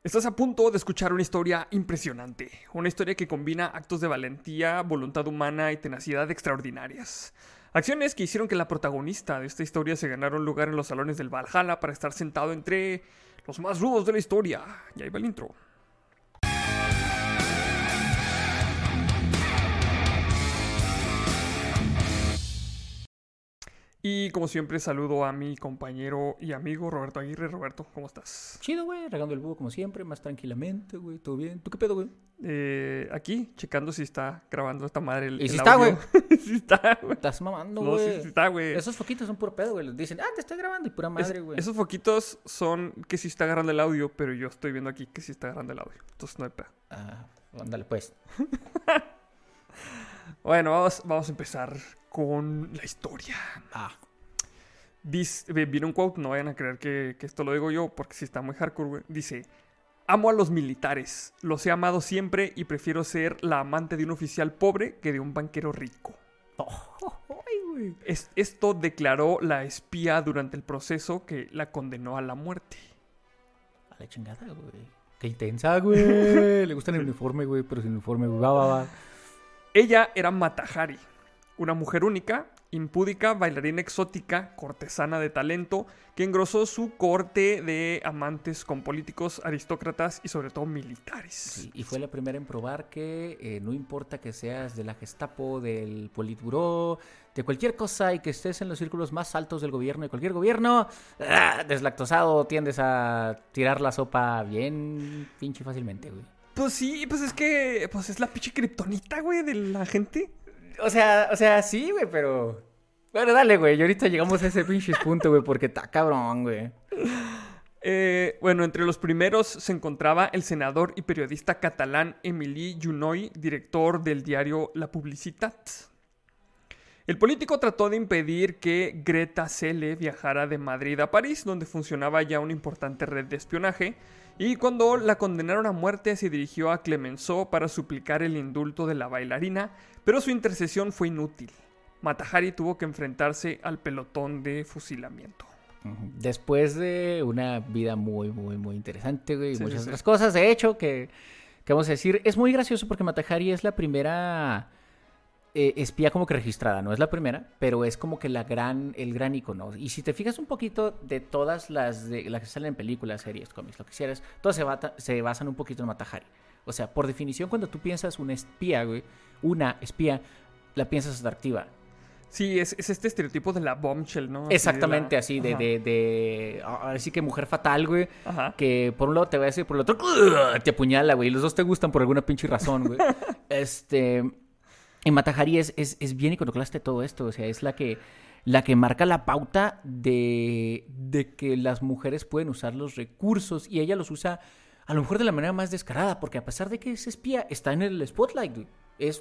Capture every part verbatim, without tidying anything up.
Estás a punto de escuchar una historia impresionante, una historia que combina actos de valentía, voluntad humana y tenacidad extraordinarias. Acciones que hicieron que la protagonista de esta historia se ganara un lugar en los salones del Valhalla para estar sentado entre los más rudos de la historia. Y ahí va el intro. Y como siempre saludo a mi compañero y amigo Roberto Aguirre. Roberto, ¿cómo estás? Chido, güey, regando el búho como siempre, más tranquilamente, güey, todo bien. ¿Tú qué pedo, güey? Eh, aquí, checando si está grabando esta madre el, ¿Y si el está, audio. güey? Sí está, güey. Estás mamando, No, güey. sí, sí está, güey. Esos foquitos son puro pedo, güey. Les dicen, ah, te estoy grabando y pura madre, güey. Es, esos foquitos son que sí está agarrando el audio, pero yo estoy viendo aquí que sí está agarrando el audio. Entonces no hay pedo. Ah, ándale, pues. Bueno, vamos, vamos a empezar con la historia. Ah. Dice, viene un quote, no vayan a creer que, que esto lo digo yo, porque sí está muy hardcore, güey. Dice: amo a los militares, los he amado siempre y prefiero ser la amante de un oficial pobre que de un banquero rico. Oh, oh, oh, ay, güey. Es, esto declaró la espía durante el proceso que la condenó a la muerte. A la chingada, güey. Qué intensa, güey. Le gusta el uniforme, güey, pero sin uniforme, güey. Va, va, va. Ella era Mata Hari, una mujer única, impúdica, bailarina exótica, cortesana de talento, que engrosó su corte de amantes con políticos, aristócratas y sobre todo militares. Sí, y fue la primera en probar que eh, no importa que seas de la Gestapo, del Politburó, de cualquier cosa y que estés en los círculos más altos del gobierno, de cualquier gobierno, ¡ah! Deslactosado, tiendes a tirar la sopa bien pinche fácilmente, güey. Pues sí, pues es que pues es la pinche kriptonita, güey, de la gente. O sea, o sea, sí, güey, pero... Bueno, dale, güey, y ahorita llegamos a ese pinche punto, güey, porque está cabrón, güey. Eh, bueno, entre los primeros se encontraba el senador y periodista catalán Emili Junoi, director del diario La Publicitat. El político trató de impedir que Greta Selle viajara de Madrid a París, donde funcionaba ya una importante red de espionaje, y cuando la condenaron a muerte se dirigió a Clemenceau para suplicar el indulto de la bailarina, pero su intercesión fue inútil. Mata Hari tuvo que enfrentarse al pelotón de fusilamiento. Después de una vida muy, muy, muy interesante, güey, y Sí, muchas sí, otras sí. cosas, de hecho, que, que vamos a decir, es muy gracioso porque Mata Hari es la primera eh, espía como que registrada, no es la primera, pero es como que la gran, el gran icono. Y si te fijas un poquito de todas las, de, las que salen en películas, series, cómics, lo que quieras, todas se, bata, se basan un poquito en Mata Hari. O sea, por definición, cuando tú piensas una espía, güey, una espía, la piensas atractiva. Sí, es, es este estereotipo de la bombshell, ¿no? Así Exactamente, de la... así, de, Ajá. de, de... Así que mujer fatal, güey. Ajá. Que por un lado te va a decir, por el otro te apuñala, güey. Y los dos te gustan por alguna pinche razón, güey. este... Y Mata Hari es, es, es bien iconoclasta de todo esto. O sea, es la que, la que marca la pauta de, de que las mujeres pueden usar los recursos. Y ella los usa a lo mejor de la manera más descarada. Porque a pesar de que es espía, está en el spotlight, güey. Es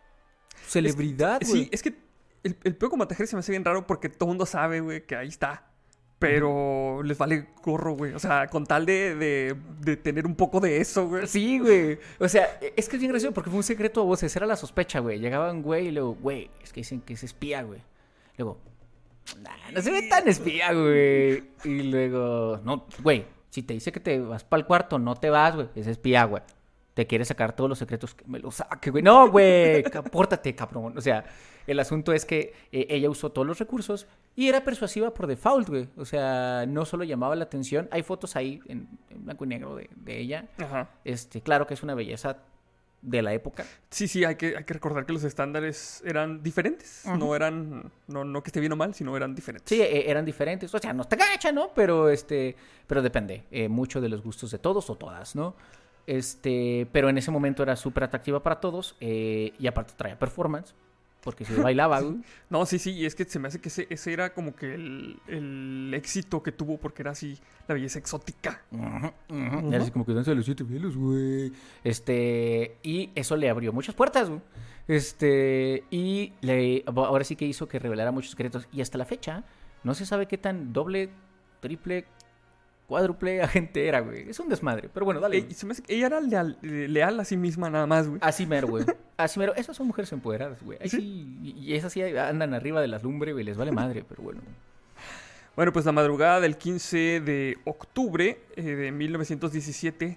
celebridad, güey. Sí, es que el, el peor con Mata Hari se me hace bien raro porque todo el mundo sabe, güey, que ahí está. Pero uh-huh. les vale gorro, güey. O sea, con tal de, de, de tener un poco de eso, güey. Sí, güey. O sea, es que es bien gracioso porque fue un secreto a voces. Era la sospecha, güey. Llegaba un güey y luego, güey, es que dicen que es espía, güey. Luego, nah, no se ve tan espía, güey. Y luego, no, güey, si te dice que te vas para el cuarto, no te vas, güey. Es espía, güey. Te quiere sacar todos los secretos, que me los saque, güey. No, güey, pórtate, cabrón. O sea, el asunto es que eh, ella usó todos los recursos y era persuasiva por default, güey. O sea, no solo llamaba la atención. Hay fotos ahí en, en blanco y negro de, de ella. Ajá. Este, claro que es una belleza de la época. Sí, sí, hay que, hay que recordar que los estándares eran diferentes. Uh-huh. No eran, no, no que esté bien o mal, sino eran diferentes. Sí, eh, eran diferentes. O sea, no está gacha, ¿no? Pero, este, pero depende eh, mucho de los gustos de todos o todas, ¿no? Este, pero en ese momento era súper atractiva para todos eh, y aparte traía performance porque se bailaba, güey. No, sí, sí, y es que se me hace que ese, ese era como que el, el éxito que tuvo porque era así la belleza exótica. Uh-huh, uh-huh. Uh-huh. Era así como que danza de los siete velos, güey. Este, y eso le abrió muchas puertas, güey. Este, y le, ahora sí que hizo que revelara muchos secretos y hasta la fecha no se sabe qué tan doble, triple, cuádruple agente era, güey. Es un desmadre. Pero bueno, dale. Ey, se me hace que ella era leal, leal a sí misma nada más, güey. Así mero, güey. Así mero. Esas son mujeres empoderadas, güey. Ahí ¿Sí? sí. Y esas sí andan arriba de las lumbres, güey. Les vale madre, pero bueno. Bueno, pues la madrugada del quince de octubre eh, de mil novecientos diecisiete,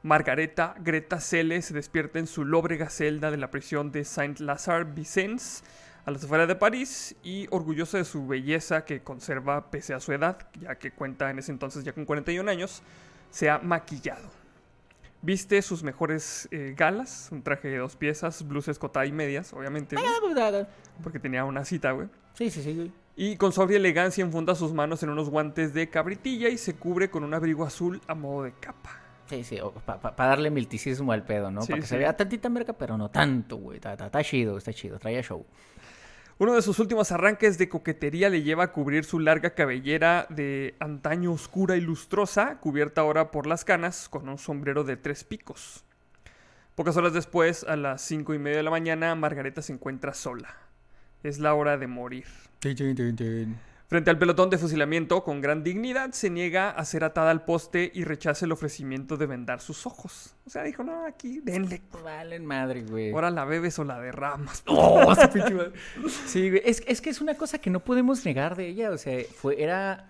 Margareta Greta Celle se despierta en su lóbrega celda de la prisión de Saint-Lazare-Vicence, a las afueras de París, y orgullosa de su belleza que conserva pese a su edad, ya que cuenta en ese entonces ya con cuarenta y un años, se ha maquillado. Viste sus mejores eh, galas, un traje de dos piezas, blusa escotada y medias, obviamente, güey, porque tenía una cita, güey. Sí, sí, sí, güey. Y con sobria elegancia enfunda sus manos en unos guantes de cabritilla y se cubre con un abrigo azul a modo de capa. Sí, sí, para pa, pa darle milticismo al pedo, ¿no? Sí, para que sí. se vea tantita merca, pero no tanto, güey. Está, está, está chido, está chido, traía show. Uno de sus últimos arranques de coquetería le lleva a cubrir su larga cabellera de antaño oscura y lustrosa, cubierta ahora por las canas, con un sombrero de tres picos. Pocas horas después, a las cinco y media de la mañana, Margareta se encuentra sola. Es la hora de morir. Frente al pelotón de fusilamiento, con gran dignidad, se niega a ser atada al poste y rechaza el ofrecimiento de vendar sus ojos. O sea, dijo, no, aquí, denle. Valen madre, güey. Ahora la bebes o la derramas. Oh, ese pinche madre. Sí, güey. Es, es que es una cosa que no podemos negar de ella. O sea, fue, era...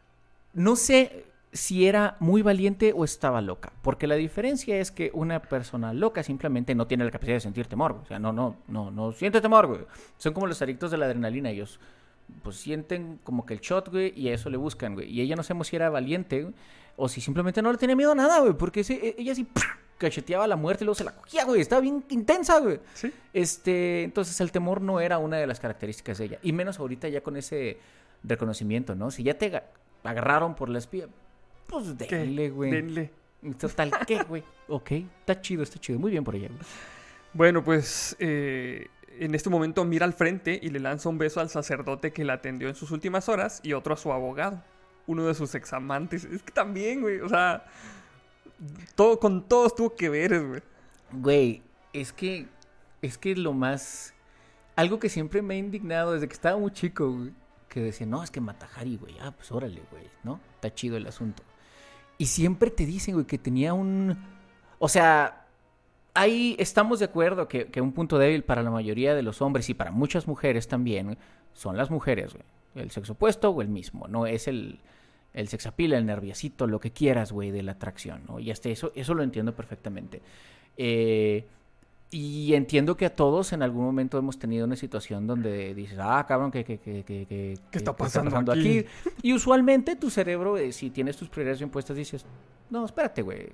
No sé si era muy valiente o estaba loca. Porque la diferencia es que una persona loca simplemente no tiene la capacidad de sentir temor, güey. O sea, no, no, no, no siente temor, güey. Son como los adictos de la adrenalina. Ellos... pues sienten como que el shot, güey, y a eso le buscan, güey. Y ella no sabemos si era valiente, güey, o si simplemente no le tenía miedo a nada, güey, porque ese, ella sí ¡pum! Cacheteaba a la muerte y luego se la cogía, güey. Estaba bien intensa, güey. ¿Sí? Este, entonces el temor no era una de las características de ella. Y menos ahorita ya con ese reconocimiento, ¿no? Si ya te agarraron por la espía, pues denle, güey. Denle. Total, ¿qué, güey? Ok, está chido, está chido. Muy bien por ella, güey. Bueno, pues... Eh... En este momento mira al frente y le lanza un beso al sacerdote que la atendió en sus últimas horas y otro a su abogado, uno de sus examantes. Es que también, güey, o sea, todo, con todos tuvo que ver, güey. Güey, es que, es que lo más... Algo que siempre me ha indignado desde que estaba muy chico, güey, que decía, no, es que Mata Hari, güey, ah, pues órale, güey, ¿no? Está chido el asunto. Y siempre te dicen, güey, que tenía un... O sea... Ahí estamos de acuerdo que, que un punto débil para la mayoría de los hombres y para muchas mujeres también son las mujeres, güey. El sexo opuesto o el mismo. No es el, el sexapil, el nerviosito, lo que quieras, güey, de la atracción, ¿no? Y hasta eso, eso lo entiendo perfectamente. Eh, y entiendo que a todos en algún momento hemos tenido una situación donde dices, ah, cabrón, ¿qué, qué, qué, qué, qué, ¿Qué está qué pasando, está pasando aquí? aquí? Y usualmente tu cerebro, eh, si tienes tus prioridades bien puestas, dices, no, espérate, güey.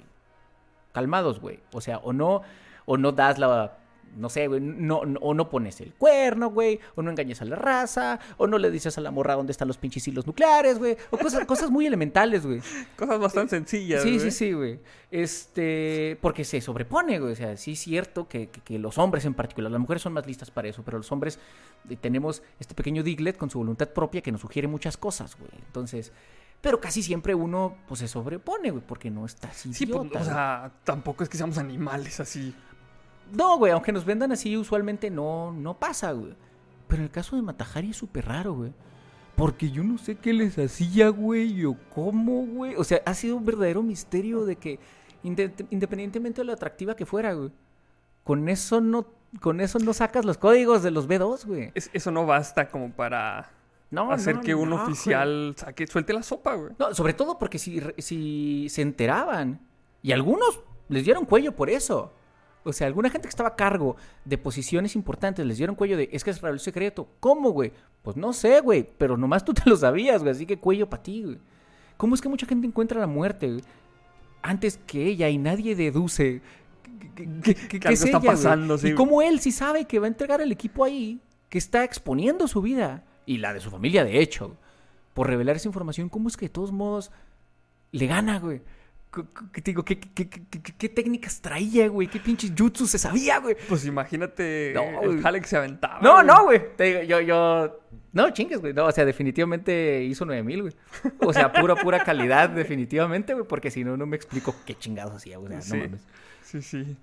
Calmados, güey. O sea, o no, o no das la... No sé, güey. No, no, o no pones el cuerno, güey. O no engañas a la raza. O no le dices a la morra dónde están los pinches hilos nucleares, güey. O cosas, cosas muy elementales, güey. Cosas bastante sencillas, Sí, güey. sí, sí, güey. Este... Porque se sobrepone, güey. O sea, sí es cierto que, que, que los hombres en particular... Las mujeres son más listas para eso. Pero los hombres eh, tenemos este pequeño Diglett con su voluntad propia que nos sugiere muchas cosas, güey. Entonces... Pero casi siempre uno, pues, se sobrepone, güey, porque no está así Sí, idiota, pues, o sea, tampoco es que seamos animales así. No, güey, aunque nos vendan así, usualmente no, no pasa, güey. Pero en el caso de Mata Hari es súper raro, güey. Porque yo no sé qué les hacía, güey, o cómo, güey. O sea, ha sido un verdadero misterio de que, independientemente de lo atractiva que fuera, güey, con eso no, con eso no sacas los códigos de los B dos, güey. Es, eso no basta como para... No, hacer no, que un no, oficial saque, suelte la sopa, güey. No, sobre todo porque si, si se enteraban, y algunos les dieron cuello por eso. O sea, alguna gente que estaba a cargo de posiciones importantes les dieron cuello de, es que es el secreto. ¿Cómo, güey? Pues no sé, güey, pero nomás tú te lo sabías, güey, así que cuello para ti, güey. ¿Cómo es que mucha gente encuentra la muerte, güey, antes que ella y nadie deduce que, que, que, que algo es está ella, pasando, güey? sí. Y cómo él sí sabe que va a entregar el equipo ahí, que está exponiendo su vida y la de su familia, de hecho, por revelar esa información. ¿Cómo es que de todos modos le gana, güey? ¿Qué, te digo, ¿qué, qué, qué, qué, qué técnicas traía, güey? ¿Qué pinches jutsu se sabía, güey? Pues imagínate No, el güey. jale que se aventaba. No, güey. no, güey. Te digo, yo, yo... No, chingues, güey. No, o sea, definitivamente hizo nueve mil, güey. O sea, pura, pura calidad, definitivamente, güey. Porque si no, no me explico qué chingados hacía, güey. O sea, Sí, no mames. sí, sí.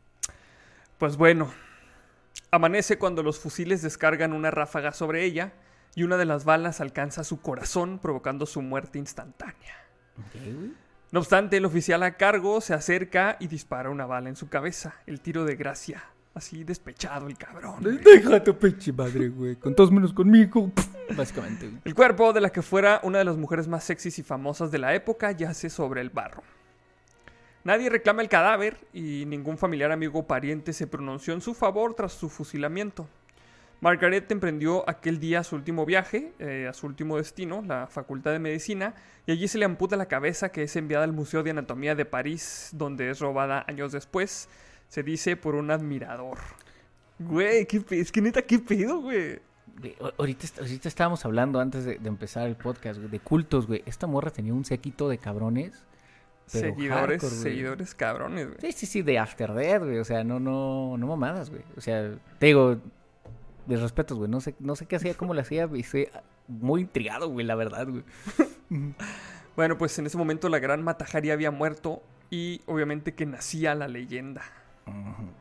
Pues bueno, amanece cuando los fusiles descargan una ráfaga sobre ella y una de las balas alcanza su corazón, provocando su muerte instantánea. Ok, güey. No obstante, el oficial a cargo se acerca y dispara una bala en su cabeza. El tiro de gracia. Así despechado el cabrón, güey. Deja tu pinche madre, güey. Con todos menos conmigo. Básicamente, güey. El cuerpo de la que fuera una de las mujeres más sexys y famosas de la época yace sobre el barro. Nadie reclama el cadáver y ningún familiar, amigo o pariente se pronunció en su favor tras su fusilamiento. Margaret emprendió aquel día su último viaje, eh, a su último destino, la Facultad de Medicina, y allí se le amputa la cabeza, que es enviada al Museo de Anatomía de París, donde es robada años después, se dice, por un admirador. Güey, ¿qué pe- es que neta, ¿qué pedo, güey? Güey, a- ahorita, est- ahorita estábamos hablando antes de, de empezar el podcast, güey, de cultos, güey. Esta morra tenía un séquito de cabrones. Pero Seguidores, hardcore, güey. seguidores cabrones, güey. Sí, sí, sí, de After Death, güey. O sea, no, no, no mamadas, güey. O sea, te digo, de respetos, güey. No sé, no sé qué hacía, cómo lo hacía. Y estoy muy intrigado, güey, la verdad, güey. Bueno, pues en ese momento la gran Matahari había muerto y obviamente que nacía la leyenda. Ujú.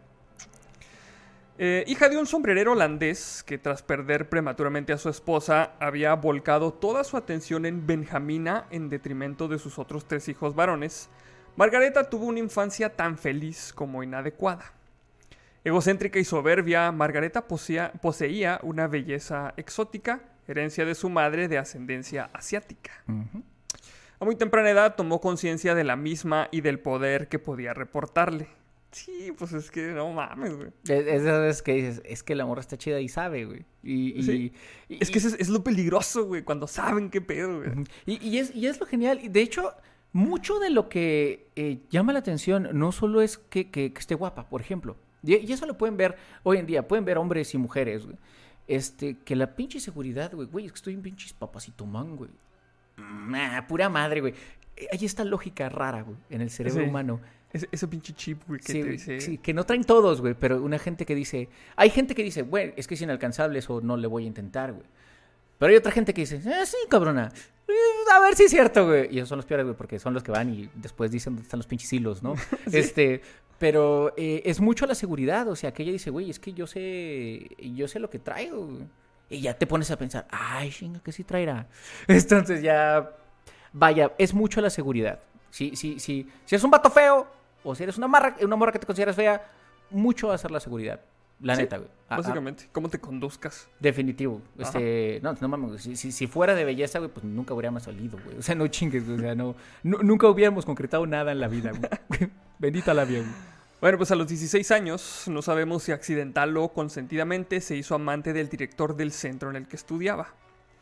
Eh, hija de un sombrerero holandés que tras perder prematuramente a su esposa había volcado toda su atención en Benjamina en detrimento de sus otros tres hijos varones, Margareta tuvo una infancia tan feliz como inadecuada. Egocéntrica y soberbia, Margareta poseía, poseía una belleza exótica, herencia de su madre de ascendencia asiática. Ujú. A muy temprana edad tomó conciencia de la misma y del poder que podía reportarle. Sí, pues es que no mames, güey. Es es de esas veces que dices, es que la morra está chida y sabe, güey. Y, y- Sí. y- Es que eso es, es lo peligroso, güey, cuando saben qué pedo, güey. Ujú. Y, y es, y es lo genial. Y de hecho, mucho de lo que eh, llama la atención no solo es que, que- que esté guapa, por ejemplo. Y, y eso lo pueden ver hoy en día. Pueden ver hombres y mujeres, güey. Este, que la pinche seguridad, güey. Güey, es que estoy en pinches papacito man, güey. Mm, ah, pura madre, güey. Eh, Hay esta lógica rara, güey, en el cerebro Sí. humano. Ese, ese pinche chip, güey, que Sí, te dice... sí, que no traen todos, güey, pero una gente que dice... Hay gente que dice, güey, es que es inalcanzable, eso no le voy a intentar, güey. Pero hay otra gente que dice, ah, sí, cabrona. Eh, A ver si es cierto, güey. Y esos son los peores, güey, porque son los que van y después dicen dónde están los pinches hilos, ¿no? Este, pero eh, es mucho la seguridad, o sea, que ella dice, güey, es que yo sé, yo sé lo que traigo, güey. Y ya te pones a pensar, ay, chinga, que sí traerá. Entonces ya, vaya, es mucho la seguridad. Si, si, si, si eres un vato feo, o si eres una, marra, una morra que te consideras fea, mucho va a ser la seguridad. La Sí, neta, güey. Ah, ah, Básicamente, cómo te conduzcas. definitivo. Ajá. Este, no, no mames, güey. Si, si, si fuera de belleza, güey, pues nunca hubiéramos salido, güey. O sea, no chingues, güey. O sea, no, nu- nunca hubiéramos concretado nada en la vida, güey. Bendita la vida, güey. Bueno, pues a los dieciséis años, no sabemos si accidental o consentidamente, se hizo amante del director del centro en el que estudiaba.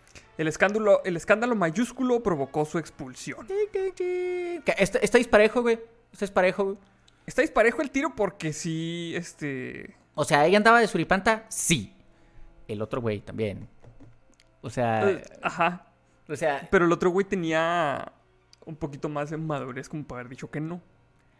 El escándalo, el escándalo mayúsculo provocó su expulsión. ¿Qué? ¿Está, está disparejo, güey? ¿Está disparejo, güey? Está disparejo el tiro porque sí, este... O sea, ¿ella andaba de suripanta? Sí. El otro güey también. O sea, eh, ajá. o sea, Pero el otro güey tenía un poquito más de madurez como para haber dicho que no.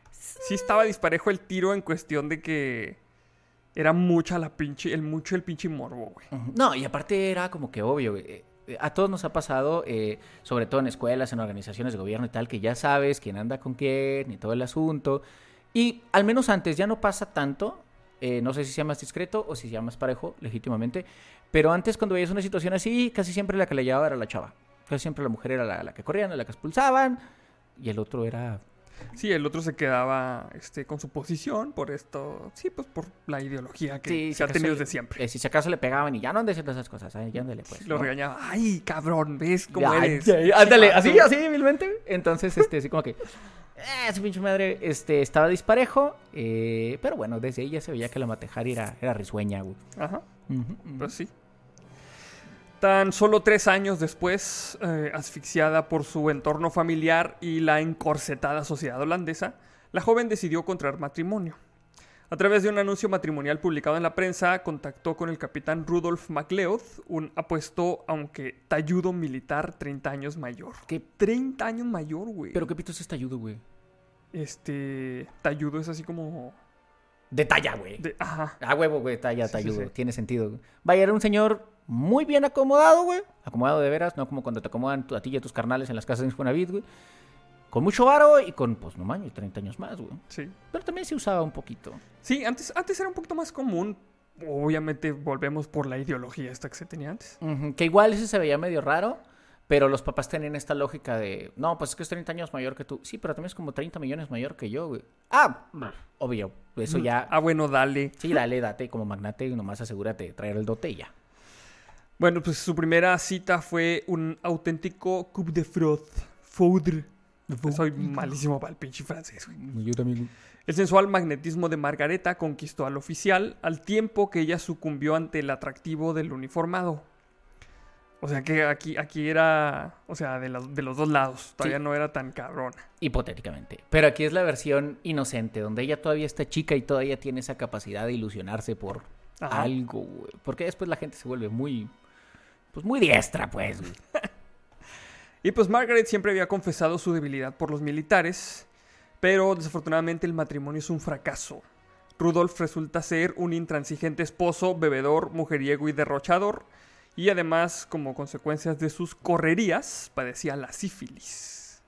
Sí estaba disparejo el tiro en cuestión de que era mucha la pinche, el mucho el pinche morbo, güey. ujú. No, y aparte era como que obvio, güey. Eh, eh, A todos nos ha pasado, eh, sobre todo en escuelas, en organizaciones de gobierno y tal, que ya sabes quién anda con quién y todo el asunto. Y al menos antes ya no pasa tanto. eh, no sé si sea más discreto o si sea más parejo, legítimamente. Pero antes, cuando veías una situación así, casi siempre la que la llevaba era la chava. Casi siempre la mujer era la, la que corrían, la que expulsaban. Y el otro era... Sí, el otro se quedaba este, con su posición por esto. Sí, pues por la ideología que Sí, se si ha acaso tenido le- desde siempre. eh, si acaso le pegaban y ya no andes haciendo esas cosas, ¿eh? Ya ándale, pues. Lo ¿no? regañaba. Ay, cabrón, ¿ves cómo Ay, eres? ay, ándale, Chivato. así, así, vilmente. Entonces, este, así como que... Eh, su pinche madre, este, estaba disparejo. eh, pero bueno, desde ahí ya se veía que la Matahari era, era risueña, güey. Ajá, Ujú, ujú. pues sí. Tan solo tres años después, eh, asfixiada por su entorno familiar y la encorsetada sociedad holandesa, la joven decidió contraer matrimonio. A través de un anuncio matrimonial publicado en la prensa, contactó con el capitán Rudolf MacLeod, un apuesto, aunque talludo militar, treinta años mayor. ¿Qué? treinta años mayor, güey. Pero qué pito es este ayudo, güey. Este... Talludo es así como... De talla, güey. de- ajá. Ah, huevo, güey, talla, Sí, talludo. sí, sí. Tiene sentido, güey. Vaya, era un señor muy bien acomodado, güey. Acomodado de veras, no como cuando te acomodan tu- a ti y a tus carnales en las casas de Infonavit, güey. Con mucho varo y con, pues, no mames, treinta años más, güey. Sí. Pero también se usaba un poquito. Sí, antes, antes era un poquito más común. Obviamente volvemos por la ideología esta que se tenía antes. Ujú, que igual ese se veía medio raro, pero los papás tenían esta lógica de, no, pues es que es treinta años mayor que tú. Sí, pero también es como treinta millones mayor que yo, güey. Ah, obvio, eso ya... Ah, bueno, dale. Sí, dale, date como magnate y nomás asegúrate de traer el dote y ya. Bueno, pues su primera cita fue un auténtico coup de fraude. Foudre. Soy malísimo para el pinche francés, güey. Yo también. El sensual magnetismo de Margareta conquistó al oficial al tiempo que ella sucumbió ante el atractivo del uniformado. O sea que aquí, aquí era, o sea, de, la, de los dos lados. Todavía sí. No era tan cabrona. Hipotéticamente. Pero aquí es la versión inocente, donde ella todavía está chica y todavía tiene esa capacidad de ilusionarse por Ajá. algo, güey. Porque después la gente se vuelve muy, pues muy diestra, pues, güey. Y pues Margaret siempre había confesado su debilidad por los militares, pero desafortunadamente el matrimonio es un fracaso. Rudolf resulta ser un intransigente esposo, bebedor, mujeriego y derrochador, y además, como consecuencias de sus correrías, padecía la sífilis.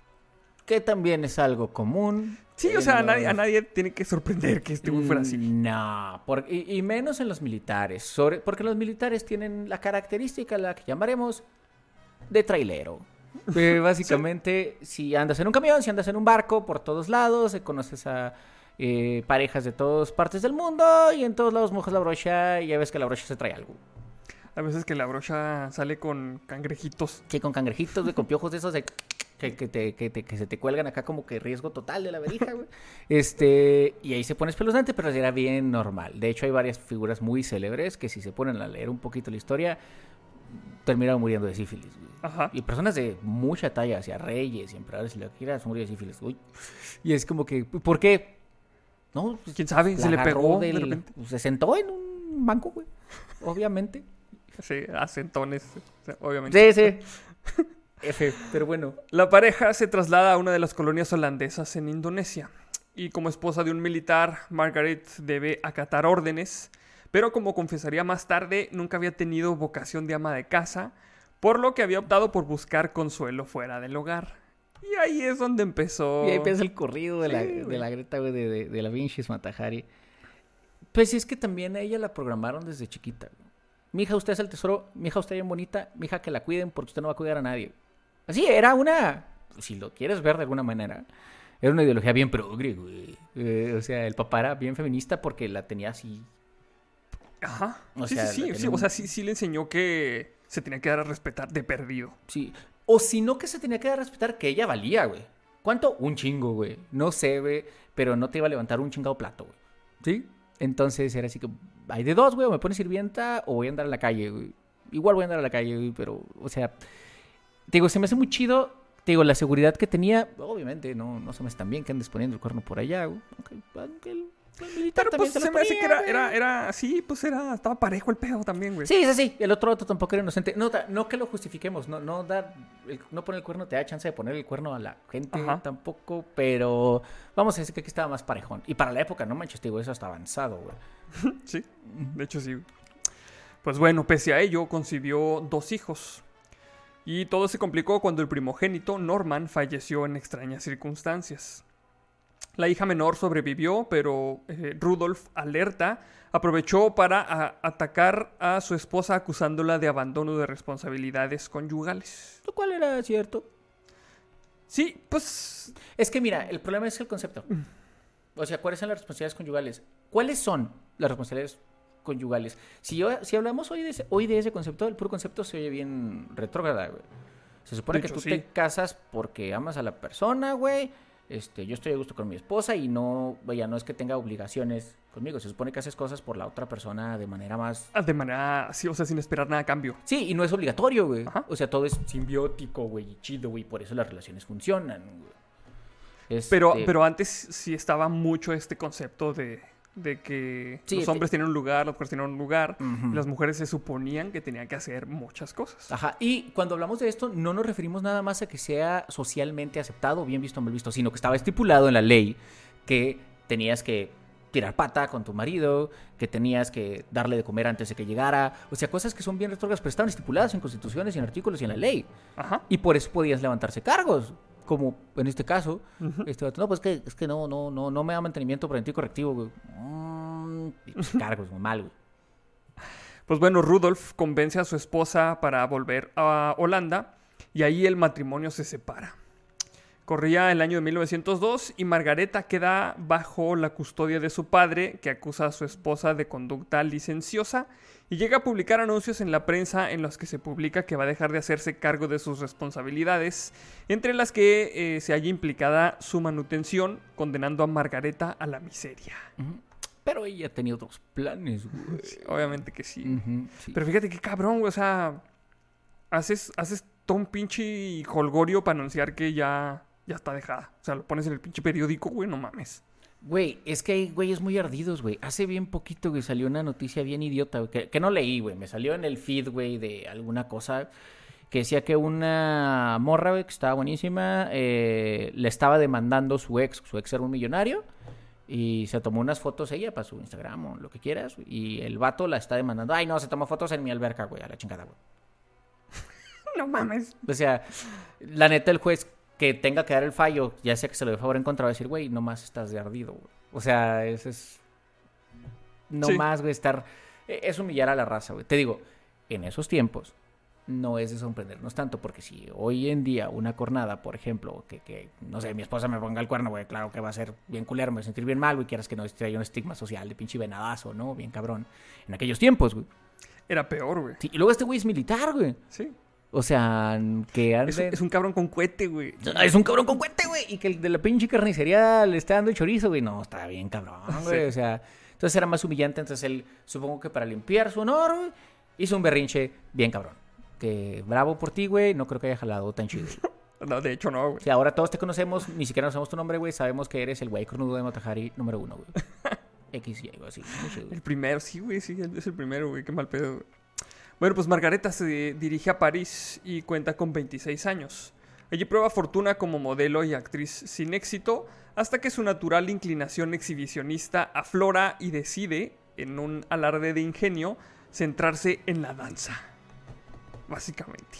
Que también es algo común. Sí, o sea, los... a, nadie, a nadie tiene que sorprender que este güey fuera así. No, por, y, y menos en los militares, sobre, porque los militares tienen la característica, la que llamaremos de trailero. Eh, básicamente, sí. Si andas en un camión, si andas en un barco, por todos lados, conoces a eh, parejas de todas partes del mundo y en todos lados mojas la brocha y ya ves que la brocha se trae algo. A veces que la brocha sale con cangrejitos. Sí, con cangrejitos, güey, con piojos de esos de... Que, que, te, que, te, que se te cuelgan acá como que riesgo total de la verija, güey. Este, y ahí se pone espeluznante, pero era bien normal. De hecho, hay varias figuras muy célebres que si se ponen a leer un poquito la historia, terminaron muriendo de sífilis, güey. Ajá. Y personas de mucha talla, hacia reyes y emperadores y lo que quieras, murió de sífilis. Uy. Y es como que, ¿por qué? No, pues, ¿quién sabe? Se le pegó del, de repente. Se sentó en un banco, güey. Obviamente. Sí, a centones, obviamente. Sí, sí. F, pero bueno. La pareja se traslada a una de las colonias holandesas en Indonesia. Y como esposa de un militar, Margaret debe acatar órdenes. Pero como confesaría más tarde, nunca había tenido vocación de ama de casa, por lo que había optado por buscar consuelo fuera del hogar. Y ahí es donde empezó... Y ahí empieza el corrido de, sí, la, de la Greta, güey, de, de, de la Vincis Matahari. Pues es que también a ella la programaron desde chiquita, güey. Mija, usted es el tesoro. Mija, usted es bien bonita. Mija, que la cuiden porque usted no va a cuidar a nadie. Así, era una... Si lo quieres ver de alguna manera, era una ideología bien progre, güey. Eh, o sea, el papá era bien feminista porque la tenía así... Ajá. O sí, sea, sí, sí, sí. Un... O sea, sí, sí le enseñó que se tenía que dar a respetar de perdido. Sí. O si no, que se tenía que dar a respetar que ella valía, güey. ¿Cuánto? Un chingo, güey. No sé, güey. Pero no te iba a levantar un chingado plato, güey. ¿Sí? Entonces era así que... Hay de dos, güey. O me pones sirvienta o voy a andar a la calle, güey. Igual voy a andar a la calle, güey. Pero, o sea... Te digo, se me hace muy chido. Te digo, la seguridad que tenía... Obviamente, no, no se me hace tan bien que andes poniendo el cuerno por allá, güey. Aunque, aunque el... Pero pues se, se me hace que era, era, era, sí, pues era, estaba parejo el pedo también, güey. Sí, sí, sí, el otro otro tampoco era inocente. No, no que lo justifiquemos, no, no dar, el, no poner el cuerno te da chance de poner el cuerno a la gente. Ajá. Tampoco, pero vamos a decir que aquí estaba más parejón. Y para la época, no manches, digo, eso está avanzado, güey. Sí, de hecho sí. Pues bueno, pese a ello, concibió dos hijos. Y todo se complicó cuando el primogénito, Norman, falleció en extrañas circunstancias. La hija menor sobrevivió, pero eh, Rudolf, alerta, aprovechó para a, atacar a su esposa acusándola de abandono de responsabilidades conyugales. Lo cual era cierto. Sí, pues... Es que mira, el problema es el concepto. O sea, ¿cuáles son las responsabilidades conyugales? ¿Cuáles son las responsabilidades conyugales? Si, yo, si hablamos hoy de, ese, hoy de ese concepto, el puro concepto se oye bien retrógrada, güey. Se supone de que hecho, tú sí. te casas porque amas a la persona, güey. Este, yo estoy a gusto con mi esposa y no, vaya, no es que tenga obligaciones conmigo. Se supone que haces cosas por la otra persona de manera más... De manera, sí, o sea, sin esperar nada a cambio. Sí, y no es obligatorio, güey. Ajá. O sea, todo es simbiótico, güey, y chido, güey. Por eso las relaciones funcionan, güey. Este... Pero, pero antes sí estaba mucho este concepto de, de que sí, los hombres te... tienen un lugar, las mujeres tienen un lugar. Uh-huh. Y las mujeres se suponían que tenían que hacer muchas cosas. Ajá, y cuando hablamos de esto, no nos referimos nada más a que sea socialmente aceptado, bien visto o mal visto, sino que estaba estipulado en la ley que tenías que tirar pata con tu marido, que tenías que darle de comer antes de que llegara. O sea, cosas que son bien retrógradas, pero estaban estipuladas en constituciones y en artículos y en la ley. Ajá. Y por eso podías levantarse cargos. Como en este caso, uh-huh. este, no, pues que, es que no, no, no, no me da mantenimiento preventivo correctivo, güey. Mm, y pues, cargos, muy mal, güey. Pues bueno, Rudolf convence a su esposa para volver a Holanda y ahí el matrimonio se separa. Corría el año de mil novecientos dos y Margareta queda bajo la custodia de su padre, que acusa a su esposa de conducta licenciosa y llega a publicar anuncios en la prensa en los que se publica que va a dejar de hacerse cargo de sus responsabilidades, entre las que eh, se halla implicada su manutención, condenando a Margareta a la miseria. Uh-huh. Pero ella tenía otros planes, güey. Sí, obviamente que sí. Uh-huh, sí. Pero fíjate qué cabrón, güey. O sea, haces, haces todo un pinche holgorio para anunciar que ya, ya está dejada. O sea, lo pones en el pinche periódico, güey, no mames. Güey, es que hay güeyes muy ardidos, güey. Hace bien poquito, güey, salió una noticia bien idiota, güey, que, que no leí, güey. Me salió en el feed, güey, de alguna cosa que decía que una morra, güey, que estaba buenísima, eh, le estaba demandando su ex. Su ex era un millonario y se tomó unas fotos ella para su Instagram o lo que quieras. Y el vato la está demandando. Ay, no, se tomó fotos en mi alberca, güey, a la chingada, güey. No mames. O sea, la neta, el juez que tenga que dar el fallo, ya sea que se lo dé favor en contra, va a decir, güey, nomás estás de ardido, güey. O sea, eso es... Nomás, sí. Güey, estar... Es humillar a la raza, güey. Te digo, en esos tiempos no es de sorprendernos tanto, porque si hoy en día una cornada, por ejemplo, que, que no sé, mi esposa me ponga el cuerno, güey, claro que va a ser bien culero, me voy a sentir bien mal, güey, quieras que no esté ahí un estigma social de pinche venadazo, ¿no? Bien cabrón. En aquellos tiempos, güey. Era peor, güey. Sí, y luego este güey es militar, güey. Sí. O sea, que ande... es, un, es un cabrón con cohete, güey. Es un cabrón con cohete, güey. Y que el de la pinche carnicería le está dando el chorizo, güey. No, está bien cabrón, güey. Sí. O sea, entonces era más humillante. Entonces él, supongo que para limpiar su honor, güey, hizo un berrinche bien cabrón. Que bravo por ti, güey. No creo que haya jalado tan chido. No, de hecho no, güey. O sea, ahora todos te conocemos. Ni siquiera nos sabemos tu nombre, güey. Sabemos que eres el güey cornudo de Matajari número uno, güey. X y algo así. Chido, el primero, sí, güey. Sí, es el primero, güey. Qué mal pedo, güey. Bueno, pues Margareta se dirige a París y cuenta con veintiséis años. Allí prueba fortuna como modelo y actriz sin éxito, hasta que su natural inclinación exhibicionista aflora y decide, en un alarde de ingenio, centrarse en la danza. Básicamente.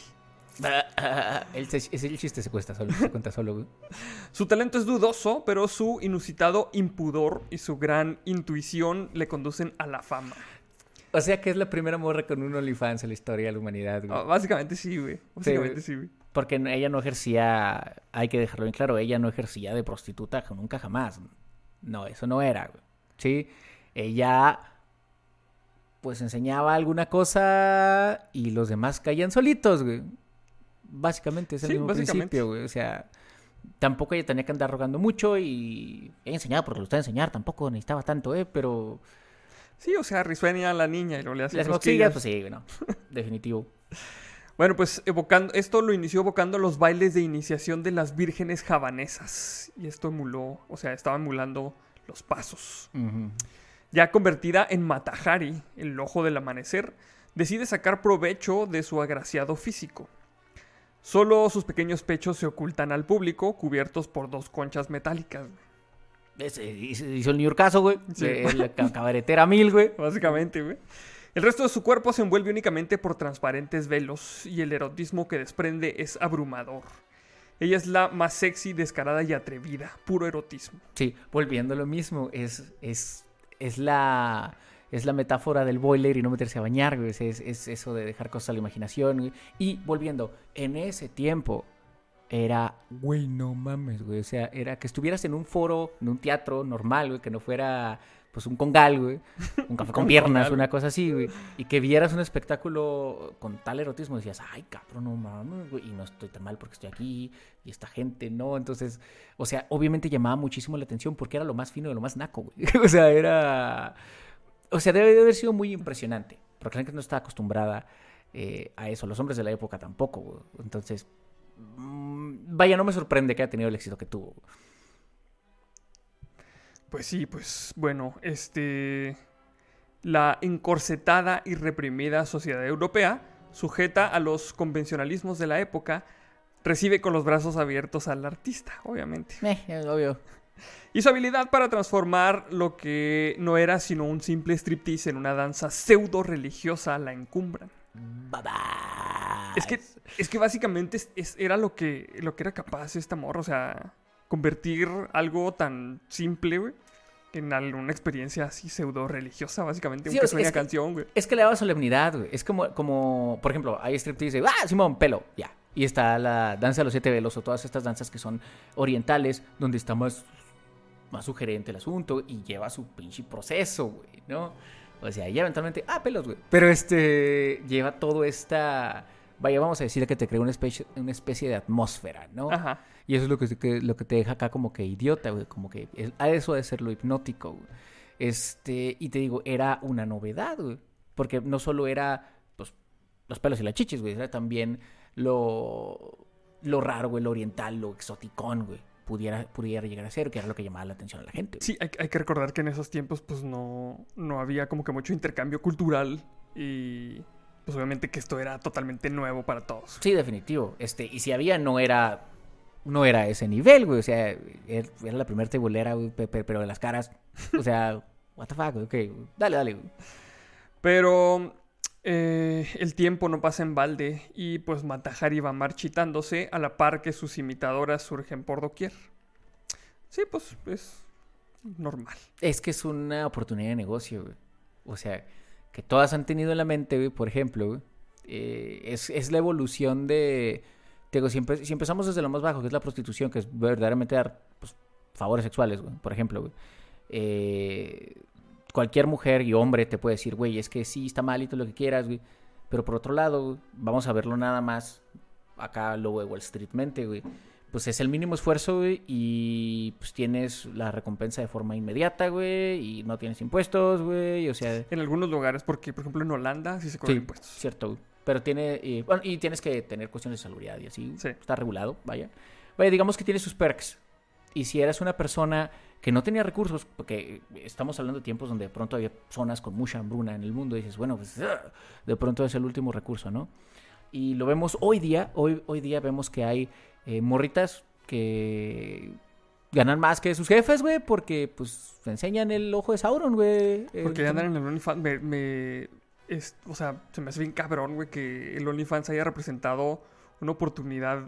el, es el chiste se cuesta solo, se cuenta solo, güey. Su talento es dudoso, pero su inusitado impudor y su gran intuición le conducen a la fama. O sea que es la primera morra con un OnlyFans en la historia de la humanidad, güey. Oh, básicamente sí, güey. Básicamente sí, güey. Sí, porque ella no ejercía, hay que dejarlo bien claro, ella no ejercía de prostituta nunca jamás. No, eso no era, güey. Sí, ella pues enseñaba alguna cosa y los demás caían solitos, güey. Básicamente es el sí, mismo principio, güey. O sea, tampoco ella tenía que andar rogando mucho y ella enseñaba porque le gustaba enseñar, tampoco necesitaba tanto, eh, pero... Sí, o sea, risueña a la niña y lo le hace las cosquillas, pues sí, bueno, definitivo. Bueno, pues evocando, esto lo inició evocando los bailes de iniciación de las vírgenes javanesas. Y esto emuló, o sea, estaba emulando los pasos. Uh-huh. Ya convertida en Matajari, el ojo del amanecer, decide sacar provecho de su agraciado físico. Solo sus pequeños pechos se ocultan al público, cubiertos por dos conchas metálicas. Ese, hizo el New Yorkazo, güey. Sí. La cabaretera mil, güey. Básicamente, güey. El resto de su cuerpo se envuelve únicamente por transparentes velos y el erotismo que desprende es abrumador. Ella es la más sexy, descarada y atrevida. Puro erotismo. Sí, volviendo a lo mismo. Es, es, es, la, es la metáfora del boiler y no meterse a bañar, güey. Es, es eso de dejar cosas a la imaginación, güey. Y volviendo, en ese tiempo... Era, güey, no mames, güey. O sea, era que estuvieras en un foro, en un teatro normal, güey, que no fuera, pues, un congal, güey. Un café con piernas, congal, una cosa así, güey. Y que vieras un espectáculo con tal erotismo. Decías, ay, cabrón, no mames, güey. Y no estoy tan mal porque estoy aquí. Y esta gente, ¿no? Entonces, o sea, obviamente llamaba muchísimo la atención porque era lo más fino de lo más naco, güey. O sea, era... O sea, debe de haber sido muy impresionante. Porque la gente no estaba acostumbrada eh, a eso. Los hombres de la época tampoco, güey. Entonces... Vaya, no me sorprende que haya tenido el éxito que tuvo. Pues sí, pues bueno, este... La encorsetada y reprimida sociedad europea, sujeta a los convencionalismos de la época, recibe con los brazos abiertos al artista, obviamente. Eh, es obvio. Y su habilidad para transformar lo que no era sino un simple striptease en una danza pseudo-religiosa la encumbran. Babás. Es que, es que básicamente es, es, era lo que, lo que era capaz esta morra, o sea, convertir algo tan simple, güey, en alguna experiencia así pseudo-religiosa, básicamente, sí, aunque o sea, suene a que, canción, güey. Es que le daba solemnidad, güey. Es como, como, por ejemplo, hay striptease, ah, Simón, pelo, ya. Y está la danza de los siete velos o todas estas danzas que son orientales, donde está más, más sugerente el asunto y lleva su pinche proceso, güey, ¿no? O sea, y eventualmente, ah, pelos, güey. Pero este, lleva todo esta, vaya, vamos a decir que te crea una especie, una especie de atmósfera, ¿no? Ajá. Y eso es lo que, que, lo que te deja acá como que idiota, güey, como que es, a eso de ser lo hipnótico, güey. Este, y te digo, era una novedad, güey, porque no solo era, pues, los pelos y las chichis, güey, era también lo, lo raro, güey, lo oriental, lo exoticón, güey, pudiera, pudiera llegar a ser, que era lo que llamaba la atención a la gente, güey. Sí, hay, hay que recordar que en esos tiempos pues no, no había como que mucho intercambio cultural y pues obviamente que esto era totalmente nuevo para todos. Sí, definitivo. Este, y si había, no era, no era ese nivel, güey, o sea, era, era la primera tebulera, güey, pe- pe- pero de las caras, o sea, what the fuck, ok, dale, dale, güey. Pero eh, el tiempo no pasa en balde y pues Mata Hari va marchitándose a la par que sus imitadoras surgen por doquier. Sí, pues es normal. Es que es una oportunidad de negocio, güey. O sea, que todas han tenido en la mente, güey, por ejemplo, güey, eh, es, es la evolución de... Te digo, si, empe- si empezamos desde lo más bajo, que es la prostitución, que es verdaderamente dar pues, favores sexuales, güey, por ejemplo, güey. Eh, cualquier mujer y hombre te puede decir, güey, es que sí, está mal y todo lo que quieras, güey. Pero por otro lado, güey, vamos a verlo nada más acá, lo de Wall Street-mente, güey. Pues es el mínimo esfuerzo, güey, y pues tienes la recompensa de forma inmediata, güey, y no tienes impuestos, güey, o sea... En algunos lugares, porque por ejemplo en Holanda sí se cobran Sí, impuestos. cierto, güey. Pero tiene... eh, bueno, y tienes que tener cuestiones de salubridad y así, Sí. está regulado, vaya. Vaya, digamos que tiene sus perks. Y si eras una persona que no tenía recursos, porque estamos hablando de tiempos donde de pronto había zonas con mucha hambruna en el mundo, y dices, bueno, pues de pronto es el último recurso, ¿no? Y lo vemos hoy día, hoy, hoy día vemos que hay eh, morritas que ganan más que sus jefes, güey, porque pues enseñan el ojo de Sauron, güey. Porque Eh, andan en el OnlyFans, me, me es, o sea, se me hace bien cabrón, güey, que el OnlyFans haya representado una oportunidad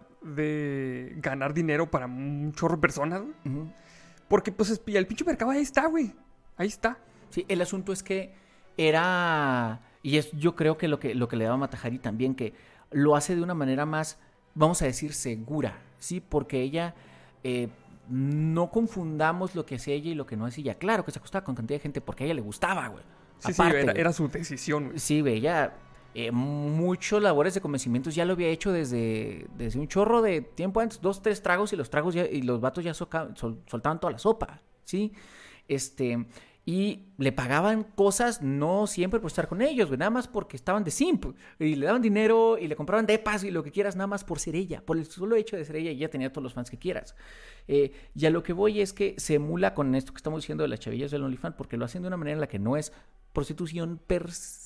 de ganar dinero para un chorro de personas, güey. Uh-huh. Porque pues es- y el pinche mercado ahí está, güey. Ahí está. Sí, el asunto es que era... Y es yo creo que lo que, lo que le daba a Mata Hari también, que lo hace de una manera más, vamos a decir, segura, ¿sí? Porque ella... Eh, no confundamos lo que es ella y lo que no es ella. Claro que se acostaba con cantidad de gente porque a ella le gustaba, güey. Sí, Aparte, sí, era, güey. era su decisión, güey. Sí, güey, ella... Eh, muchos labores de convencimientos ya lo había hecho desde, desde un chorro de tiempo antes, dos, tres tragos y los tragos ya, y los vatos ya soca, sol, soltaban toda la sopa, ¿sí? Este, y le pagaban cosas no siempre por estar con ellos, güey, nada más porque estaban de simp, y le daban dinero y le compraban depas y lo que quieras, nada más por ser ella, por el solo hecho de ser ella, y ya tenía todos los fans que quieras. Eh, y a lo que voy es que se emula con esto que estamos diciendo de las chavillas del OnlyFans, porque lo hacen de una manera en la que no es prostitución per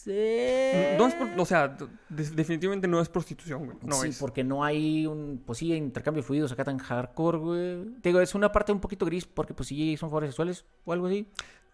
se. No es, por- o sea, de- definitivamente no es prostitución, güey. No sí, es. porque no hay un, pues sí, intercambio de fluidos acá tan hardcore, güey. Te digo, es una parte un poquito gris, porque pues sí son favores sexuales o algo así.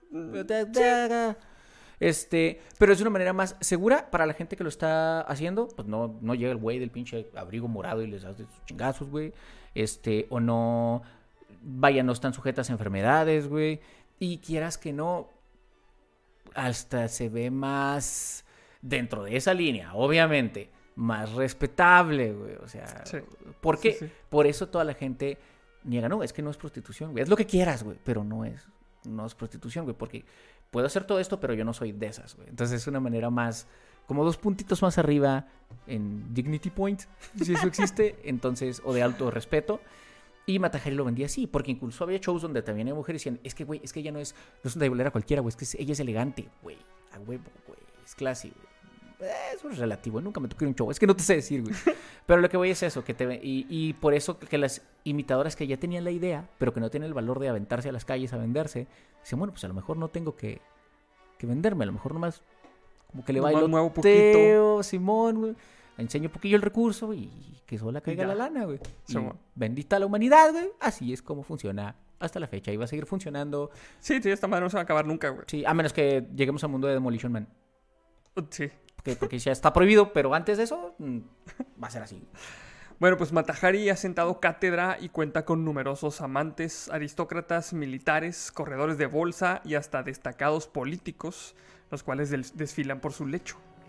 Este, pero es de una manera más segura para la gente que lo está haciendo. Pues no, no llega el güey del pinche abrigo morado y les hace sus chingazos, güey. Este, o no, vaya, no están sujetas a enfermedades, güey. Y quieras que no, hasta se ve más dentro de esa línea, obviamente, más respetable, güey. O sea, Sí. ¿por qué? Sí, sí. Por eso toda la gente niega, no, es que no es prostitución, güey. Es lo que quieras, güey, pero no es, no es prostitución, güey, porque puedo hacer todo esto, pero yo no soy de esas, güey. Entonces es una manera más, como dos puntitos más arriba en Dignity Point, si eso existe, entonces, o de alto respeto. Y Mata Hari lo vendía así, porque incluso había shows donde también hay mujeres y decían, es que, güey, es que ella no es, no es una diabolera cualquiera, güey, es que es- ella es elegante, güey, a huevo, güey, es classy, güey. Eh, eso es relativo, nunca me tocó ir a un show, es que no te sé decir, güey. Pero lo que voy es eso, que te ve- y, y por eso que las imitadoras que ya tenían la idea, pero que no tienen el valor de aventarse a las calles a venderse, dicen, bueno, pues a lo mejor no tengo que, que venderme, a lo mejor nomás como que le Nomás bailo muevo poquito. Simón, güey. Enseño un poquillo el recurso, güey, y que sola caiga ya. la lana, güey. Y Simón. bendita la humanidad, güey. Así es como funciona hasta la fecha y va a seguir funcionando. Sí, sí, esta madre no se va a acabar nunca, güey. Sí, a menos que lleguemos al mundo de Demolition Man. Sí. Porque, porque ya está prohibido, pero antes de eso mm, va a ser así. Bueno, pues Mata Hari ha sentado cátedra y cuenta con numerosos amantes, aristócratas, militares, corredores de bolsa y hasta destacados políticos, los cuales del- desfilan por su lecho.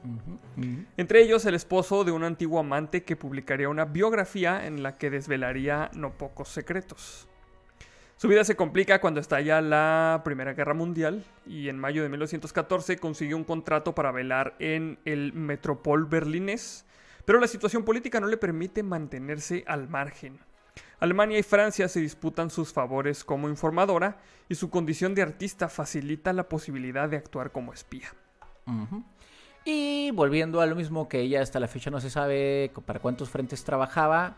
Uh-huh, uh-huh. Entre ellos, el esposo de un antiguo amante que publicaría una biografía en la que desvelaría no pocos secretos. Su vida se complica cuando estalla la Primera Guerra Mundial y en mayo de mil novecientos catorce consigue un contrato para velar en el Metropol berlinés, pero la situación política no le permite mantenerse al margen. Alemania y Francia se disputan sus favores como informadora y su condición de artista facilita la posibilidad de actuar como espía. Uh-huh. Y volviendo a lo mismo, que ella hasta la fecha no se sabe para cuántos frentes trabajaba,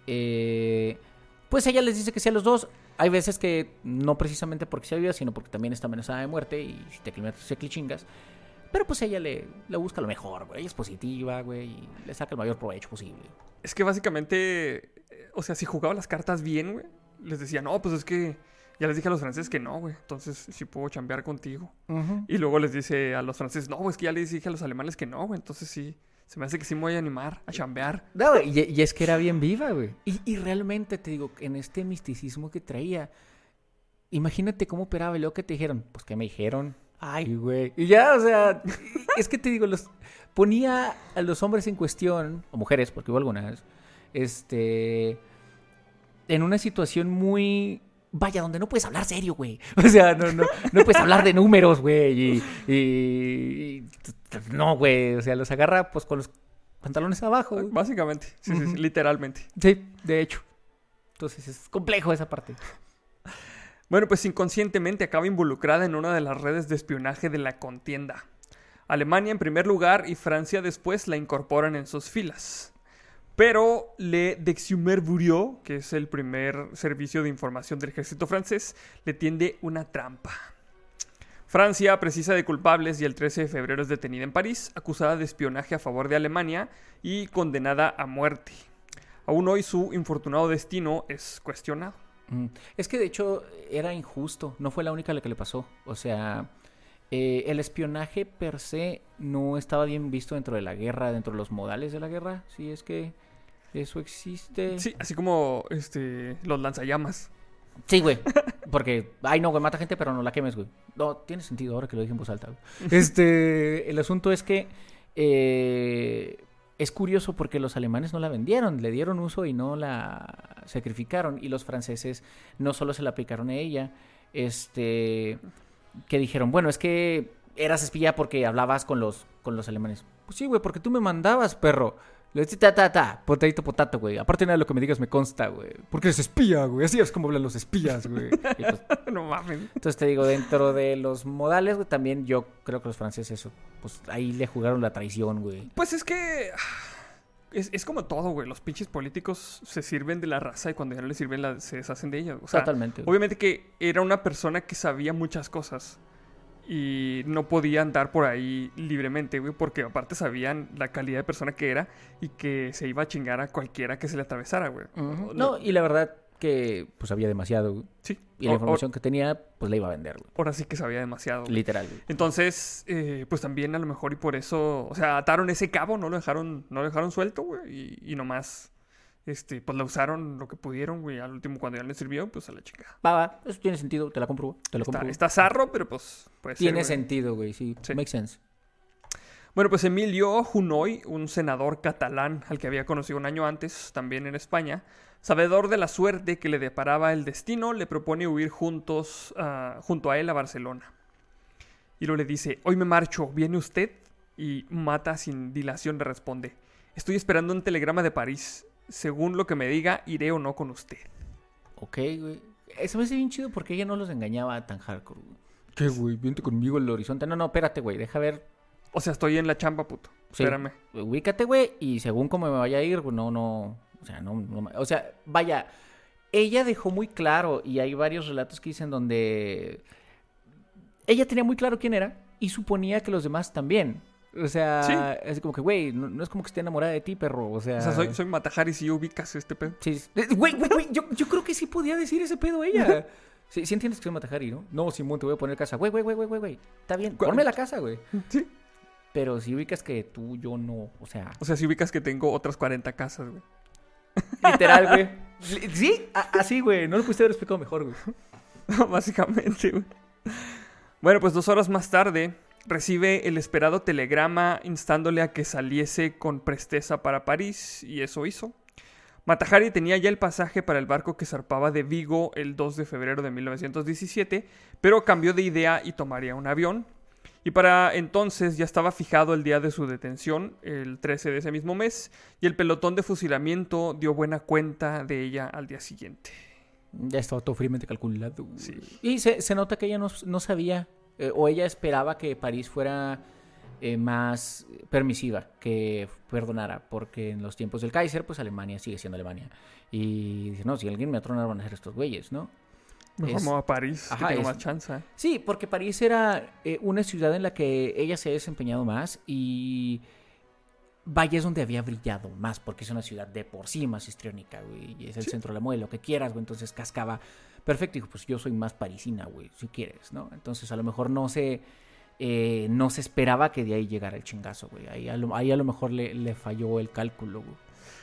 eh, pues ella les dice que sí a los dos. Hay veces que no precisamente porque sea viva, sino porque también está amenazada de muerte y si te climatas, se clichingas. Pero pues ella le, le busca lo mejor, güey. Ella es positiva, güey, y le saca el mayor provecho posible. Es que básicamente, o sea, si jugaba las cartas bien, güey, les decía, no, pues es que ya les dije a los franceses que no, güey, entonces sí puedo chambear contigo. Uh-huh. Y luego les dice a los franceses, no, es que ya les dije a los alemanes que no, güey, entonces sí, se me hace que sí me voy a animar a chambear. No, güey, y, y es que era bien viva, güey. Y, y realmente, te digo, en este misticismo que traía, imagínate cómo operaba y luego que te dijeron, pues, ¿qué me dijeron? Ay, güey. Y ya, o sea, es que te digo, los ponía a los hombres en cuestión, o mujeres, porque hubo algunas, este, en una situación muy, vaya, donde no puedes hablar serio, güey. O sea, no, no, no puedes hablar de números, güey. Y, y, y no, güey. O sea, los agarra, pues, con los pantalones abajo, güey. Básicamente, sí, uh-huh. sí, sí, literalmente. Sí, de hecho. Entonces, es complejo esa parte. Bueno, pues inconscientemente acaba involucrada en una de las redes de espionaje de la contienda. Alemania en primer lugar y Francia después la incorporan en sus filas. Pero Le Dexumer Bureau, que es el primer servicio de información del ejército francés, le tiende una trampa. Francia precisa de culpables y el trece de febrero es detenida en París, acusada de espionaje a favor de Alemania y condenada a muerte. Aún hoy su infortunado destino es cuestionado. Es que de hecho era injusto, no fue la única a la que le pasó. O sea, eh, el espionaje per se no estaba bien visto dentro de la guerra, dentro de los modales de la guerra, si es que eso existe. Sí, así como este los lanzallamas. Sí, güey, porque, ay no, güey, mata gente pero no la quemes, güey. No, tiene sentido ahora que lo dije en voz alta, güey. Este, el asunto es que eh, es curioso porque los alemanes no la vendieron, le dieron uso y no la sacrificaron. Y los franceses no solo se la aplicaron a ella, este, que dijeron, bueno, es que eras espía porque hablabas con los, con los alemanes. Pues sí, güey, porque tú me mandabas, perro. Le decía, ta, ta, ta, potato, potato, güey. Aparte nada de lo que me digas me consta, güey. Porque eres espía, güey. Así es como hablan los espías, güey. Pues, no mames. Entonces te digo, dentro de los modales, güey, también yo creo que los franceses, eso, pues ahí le jugaron la traición, güey. Pues es que es, es como todo, güey. Los pinches políticos se sirven de la raza y cuando ya no les sirven la, se deshacen de ella. O sea, totalmente. Güey. Obviamente que era una persona que sabía muchas cosas. Y no podía andar por ahí libremente, güey, porque aparte sabían la calidad de persona que era y que se iba a chingar a cualquiera que se le atravesara, güey. Uh-huh. No, y la verdad que pues había demasiado, güey. Sí. Y la o, información o, que tenía, pues la iba a vender, güey. Ahora sí que sabía demasiado. Güey. Literal, güey. Entonces, eh, pues también a lo mejor y por eso, o sea, ataron ese cabo, no lo dejaron, no lo dejaron suelto, güey, y, y nomás... Este, pues la usaron lo que pudieron, güey. Al último, cuando ya les sirvió, pues a la chica. Va, va. Eso tiene sentido. Te la compro, te lo está, compro. Está zarro, pero pues puede ser. Tiene sentido, güey. Sí. sí. Makes sense. Bueno, pues Emilio Junoy, un senador catalán al que había conocido un año antes, también en España, sabedor de la suerte que le deparaba el destino, le propone huir juntos, uh, junto a él a Barcelona. Y luego le dice, hoy me marcho, ¿viene usted? Y Mata sin dilación le responde, estoy esperando un telegrama de París. Según lo que me diga, iré o no con usted. Ok, güey. Eso me hace bien chido porque ella no los engañaba tan hardcore, güey. ¿Qué, güey? Vente conmigo al horizonte. No, no, espérate, güey. Deja ver. O sea, estoy en la chamba, puto. Sí. Espérame. Ubícate, güey. Y según cómo me vaya a ir, no, no... O sea, no, no... O sea, vaya... Ella dejó muy claro, y hay varios relatos que dicen donde... Ella tenía muy claro quién era y suponía que los demás también... O sea, sí. Es como que, güey, no, no es como que esté enamorada de ti, perro, o sea... O sea, soy, soy Matajari si ubicas este pedo. Sí, güey, güey, güey, yo, yo creo que sí podía decir ese pedo ella. Sí, sí entiendes que soy Matajari, ¿no? No, Simón, te voy a poner casa. Güey, güey, güey, güey, güey, está bien, ponme la casa, güey. Sí. Pero si ubicas que tú, yo no, o sea... O sea, si ubicas que tengo otras cuarenta casas, güey. Literal, güey. Sí, así, güey, no lo pudiste haber explicado mejor, güey. Básicamente, güey. Bueno, pues dos horas más tarde... recibe el esperado telegrama instándole a que saliese con presteza para París, y eso hizo. Mata Hari tenía ya el pasaje para el barco que zarpaba de Vigo el dos de febrero de mil novecientos diecisiete, pero cambió de idea y tomaría un avión. Y para entonces ya estaba fijado el día de su detención, el trece de ese mismo mes, y el pelotón de fusilamiento dio buena cuenta de ella al día siguiente. Ya estaba todo fríamente calculado. Sí. Y se, se nota que ella no, no sabía, eh, o ella esperaba que París fuera eh, más permisiva, que perdonara, porque en los tiempos del Kaiser, pues Alemania sigue siendo Alemania. Y dice, no, si alguien me atrona van a ser estos güeyes, ¿no? Mejor Es- me voy a París, Ajá, que tengo es- más chance. Sí, porque París era eh, una ciudad en la que ella se ha desempeñado más y vaya es donde había brillado más, porque es una ciudad de por sí más histriónica, güey, y es el Sí. centro de la muela, lo que quieras, güey, entonces cascaba perfecto, dijo, pues yo soy más parisina, güey, si quieres, ¿no? Entonces a lo mejor no se, eh, no se esperaba que de ahí llegara el chingazo, güey, ahí a lo, ahí a lo mejor le, le falló el cálculo, güey.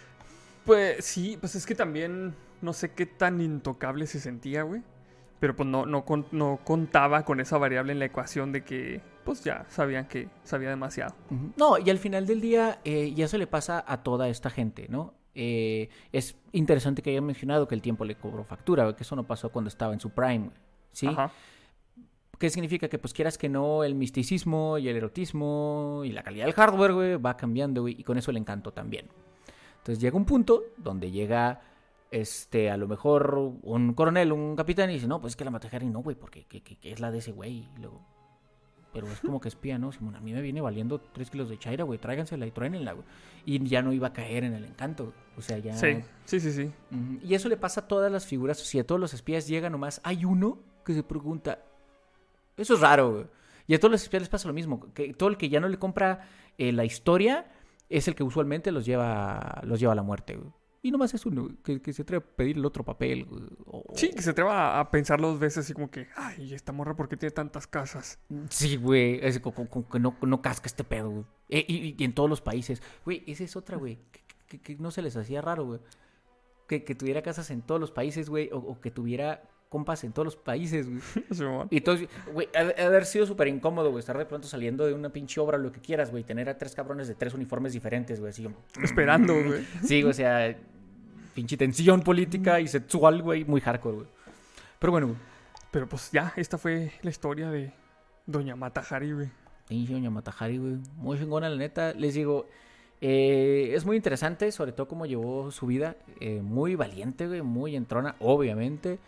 Pues sí, pues es que también no sé qué tan intocable se sentía, güey. Pero pues no, no, con- no contaba con esa variable en la ecuación de que pues ya sabían que sabía demasiado. Ujú. No, y al final del día, eh, y eso le pasa a toda esta gente, ¿no? Eh, es interesante que haya mencionado que el tiempo le cobró factura, güey, que eso no pasó cuando estaba en su prime, güey, ¿sí? Ajá. ¿Qué significa? Que pues quieras que no, el misticismo y el erotismo y la calidad del hardware, güey, va cambiando, güey, y con eso el encanto también. Entonces llega un punto donde llega, este, a lo mejor un coronel, un capitán, y dice, no, pues es que la Mata Hari no, güey, porque que, que- que es la de ese güey, y luego... Pero es como que espía, ¿no? Simón, a mí me viene valiendo tres kilos de chaira, güey, tráigansela y truénenla, güey. Y ya no iba a caer en el encanto, güey. O sea, ya... Sí, sí, sí, sí. Ujú. Y eso le pasa a todas las figuras, si a todos los espías llega nomás, hay uno que se pregunta, eso es raro, güey. Y a todos los espías les pasa lo mismo, que todo el que ya no le compra eh, la historia es el que usualmente los lleva, los lleva a la muerte, güey. Y nomás es uno, güey, que, que se atreve a pedir el otro papel, güey. O- Sí, que se atreva a, a pensar dos veces así como que, ay, esta morra, ¿por qué tiene tantas casas? Sí, güey, es co- co- co- que no, no casca este pedo, güey. Eh, y, y en todos los países. Güey, esa es otra, güey, que, que- que no se les hacía raro, güey. Que, que tuviera casas en todos los países, güey, o, o que tuviera compas en todos los países, güey. Simón. Y entonces, güey, ha de haber sido súper incómodo, güey, estar de pronto saliendo de una pinche obra, lo que quieras, güey, tener a tres cabrones de tres uniformes diferentes, güey, así como... Esperando, güey. Sí, o sea, pinche tensión política y sexual, güey, muy hardcore, güey. Pero bueno, güey. Pero pues ya, esta fue la historia de Doña Mata Hari, güey. Pinche Doña Mata Hari, güey. Muy chingona, la neta. Les digo, eh, es muy interesante, sobre todo cómo llevó su vida. Eh, muy valiente, güey. Muy entrona, obviamente.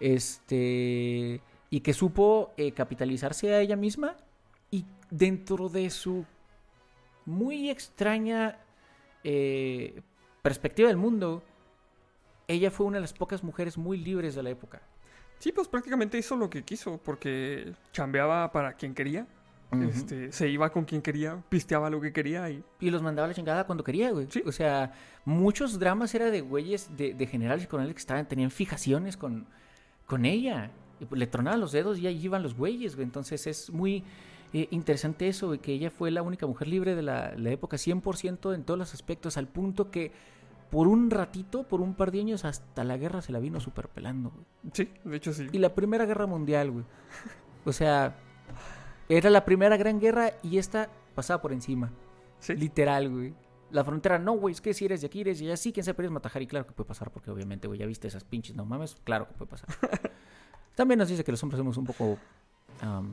Este. Y que supo eh, capitalizarse a ella misma. Y dentro de su muy extraña eh, perspectiva del mundo, ella fue una de las pocas mujeres muy libres de la época. Sí, pues prácticamente hizo lo que quiso, porque chambeaba para quien quería, Ujú. este, se iba con quien quería, pisteaba lo que quería y... Y los mandaba a la chingada cuando quería, güey. Sí. O sea, muchos dramas era de güeyes, de, de generales con él que estaban, tenían fijaciones con, con ella. Y pues le tronaban los dedos y ahí iban los güeyes, güey. Entonces es muy eh, interesante eso, güey, que ella fue la única mujer libre de la, la época, cien por ciento en todos los aspectos, al punto que por un ratito, por un par de años, hasta la guerra se la vino súper pelando, güey. Sí, de hecho sí. Y la Primera Guerra Mundial, güey. O sea, era la primera gran guerra y esta pasaba por encima. Sí. Literal, güey. La frontera, no, güey, es que si eres de aquí, eres de allá. Sí, quién sabe, eres Mata Hari. Claro que puede pasar, porque obviamente, güey, ya viste esas pinches, no mames. Claro que puede pasar. También nos dice que los hombres somos un poco, um,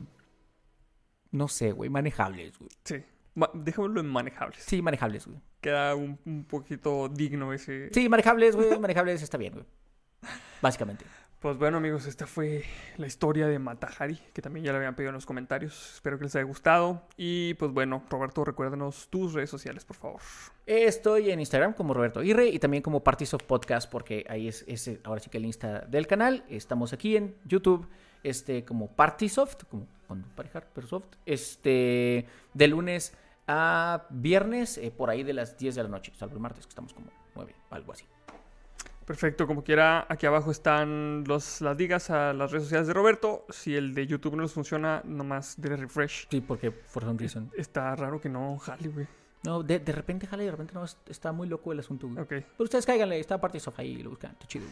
no sé, güey, manejables, güey. Sí. Ma- Dejémoslo en manejables. Sí, manejables, güey. Queda un, un poquito digno ese... Sí, manejables, güey, manejables está bien, güey. Básicamente. Pues bueno, amigos, esta fue la historia de Mata Hari, que también ya la habían pedido en los comentarios. Espero que les haya gustado. Y pues bueno, Roberto, recuérdanos tus redes sociales, por favor. Estoy en Instagram como Roberto Aguirre y también como Partisoft Podcast, porque ahí es, es ahora sí que el Insta del canal. Estamos aquí en YouTube, este, como Partisoft, como cuando parejar, pero soft. Este, de lunes a viernes, eh, por ahí de las diez de la noche, salvo el martes, que estamos como nueve, algo así. Perfecto, como quiera, aquí abajo están los, las ligas a las redes sociales de Roberto. Si el de YouTube no les funciona, nomás dele refresh. Sí, porque for some reason. Está raro que no jale, güey. No, de, de repente jala y de repente no, es- está muy loco el asunto, güey. Ok. Pero ustedes cáiganle, está Partisoft ahí, lo buscan, está chido.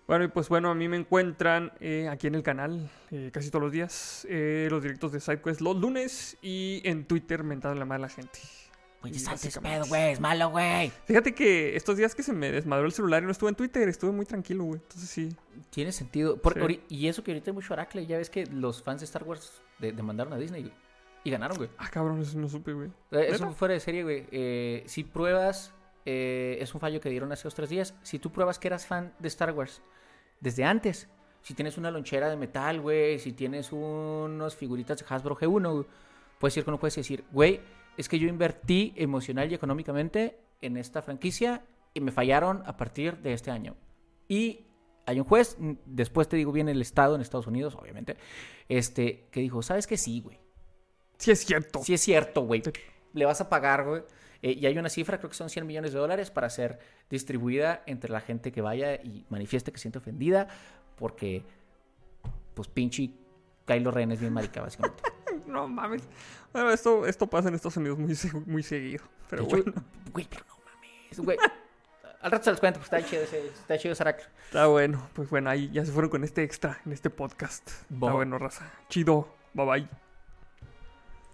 Bueno, y pues bueno, a mí me encuentran eh, aquí en el canal eh, casi todos los días, eh, los directos de SideQuest los lunes y en Twitter mentando la madre a la gente. Güey, Y es antes básicamente- pedo, güey, es malo, güey. Fíjate que estos días que se me desmadró el celular y no estuve en Twitter, estuve muy tranquilo, güey. Entonces sí. Tiene sentido. Por- Sí. ori- y eso que ahorita hay mucho Oracle, ya ves que los fans de Star Wars de- demandaron a Disney, güey, y ganaron, güey. Ah, cabrón, eso no supe, güey. Eh, Eso ¿Neta? fue fuera de serie, güey. Eh, si pruebas, eh, es un fallo que dieron hace dos tres días. Si tú pruebas que eras fan de Star Wars desde antes, si tienes una lonchera de metal, güey, si tienes unos figuritas de Hasbro G uno, güey, puedes ir con un juez y decir, güey, es que yo invertí emocional y económicamente en esta franquicia y me fallaron a partir de este año. Y hay un juez, mm, después te digo bien el estado en Estados Unidos, obviamente, este, que dijo, ¿sabes qué? Sí, güey. Sí es cierto. Sí es cierto, güey. Le vas a pagar, güey. Eh, y hay una cifra, creo que son cien millones de dólares para ser distribuida entre la gente que vaya y manifieste que se siente ofendida porque, pues, pinche Kylo Ren es bien marica, básicamente. No mames. Bueno, esto, esto pasa en Estados Unidos muy, se- muy seguido. Pero De hecho, bueno, güey, pero no mames, güey. Al rato se los cuento, pues está chido ese, está chido ese Oracle. está bueno. Pues bueno, ahí ya se fueron con este extra en este podcast. Bo- Está bueno, raza. Chido. Bye bye.